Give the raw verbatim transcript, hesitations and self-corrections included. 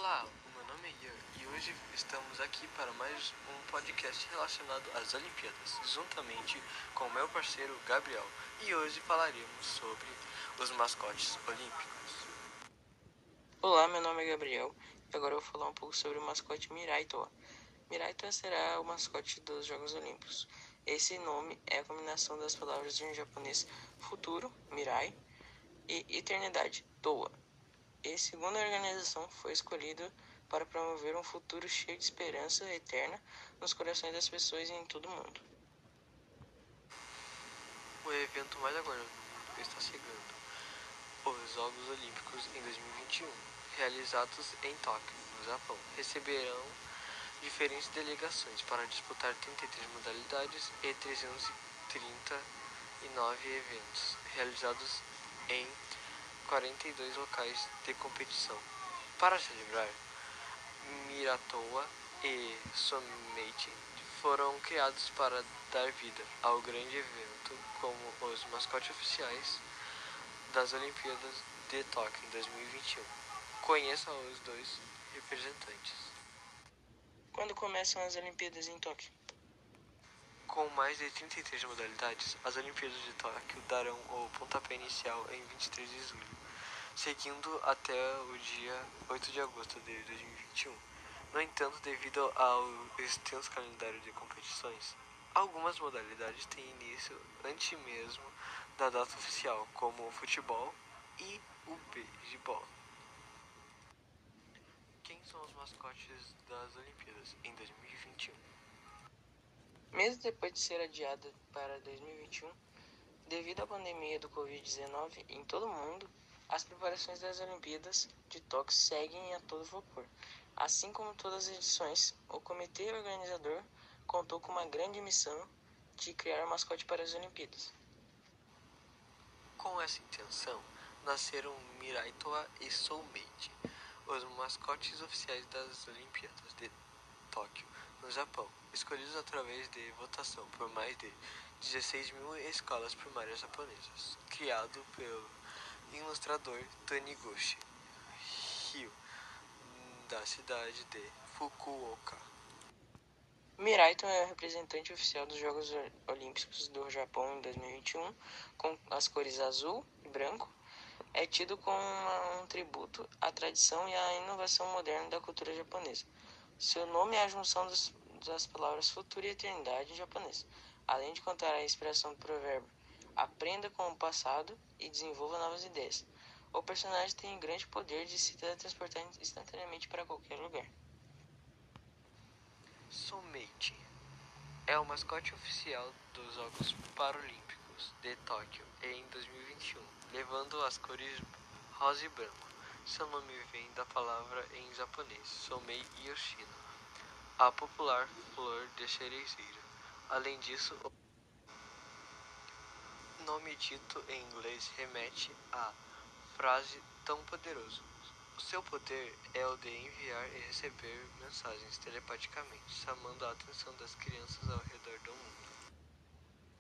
Olá, o meu nome é Ian e hoje estamos aqui para mais um podcast relacionado às Olimpíadas, juntamente com o meu parceiro Gabriel, e hoje falaremos sobre os mascotes olímpicos. Olá, meu nome é Gabriel e agora eu vou falar um pouco sobre o mascote Mirai Toa. Mirai Toa será o mascote dos Jogos Olímpicos. Esse nome é a combinação das palavras em japonês futuro, Mirai, e eternidade, Toa. E, segundo a organização, foi escolhido para promover um futuro cheio de esperança eterna nos corações das pessoas em todo o mundo. O evento mais aguardado do mundo está chegando, os Jogos Olímpicos em dois mil e vinte e um, realizados em Tóquio, no Japão, receberão diferentes delegações para disputar trinta e três modalidades e trezentos e trinta e nove eventos, realizados em quarenta e dois locais de competição. Para celebrar, Miratoa e Somate foram criados para dar vida ao grande evento como os mascotes oficiais das Olimpíadas de Tóquio em dois mil e vinte e um. Conheça os dois representantes. Quando começam as Olimpíadas em Tóquio? Com mais de trinta e três modalidades, as Olimpíadas de Tóquio darão o pontapé inicial em vinte e três de julho, seguindo até o dia oito de agosto de dois mil e vinte e um. No entanto, devido ao extenso calendário de competições, algumas modalidades têm início antes mesmo da data oficial, como o futebol e o beisebol. Quem são os mascotes das Olimpíadas em dois mil e vinte e um? Mesmo depois de ser adiada para dois mil e vinte e um, devido à pandemia do covid dezenove em todo o mundo, as preparações das Olimpíadas de Tóquio seguem a todo vapor. Assim como todas as edições, o comitê organizador contou com uma grande missão de criar um mascote para as Olimpíadas. Com essa intenção, nasceram Mirai Toa e Soulmate, os mascotes oficiais das Olimpíadas de Tóquio, no Japão, escolhidos através de votação por mais de dezesseis mil escolas primárias japonesas, criado pelo ilustrador Taniguchi Ryu, da cidade de Fukuoka. Mirai Toa é o representante oficial dos Jogos Olímpicos do Japão em dois mil e vinte e um, com as cores azul e branco. É tido como uma, um tributo à tradição e à inovação moderna da cultura japonesa. Seu nome é a junção das, das palavras futuro e eternidade em japonês, além de contar a inspiração do provérbio aprenda com o passado e desenvolva novas ideias. O personagem tem grande poder de se teletransportar instantaneamente para qualquer lugar. Soulmate é o mascote oficial dos Jogos Paralímpicos de Tóquio em dois mil e vinte e um, levando as cores rosa e branco. Seu nome vem da palavra em japonês Soumei Yoshino, a popular flor de cerejeira. Além disso, o nome dito em inglês remete à frase tão poderoso. O seu poder é o de enviar e receber mensagens telepaticamente, chamando a atenção das crianças ao redor do mundo.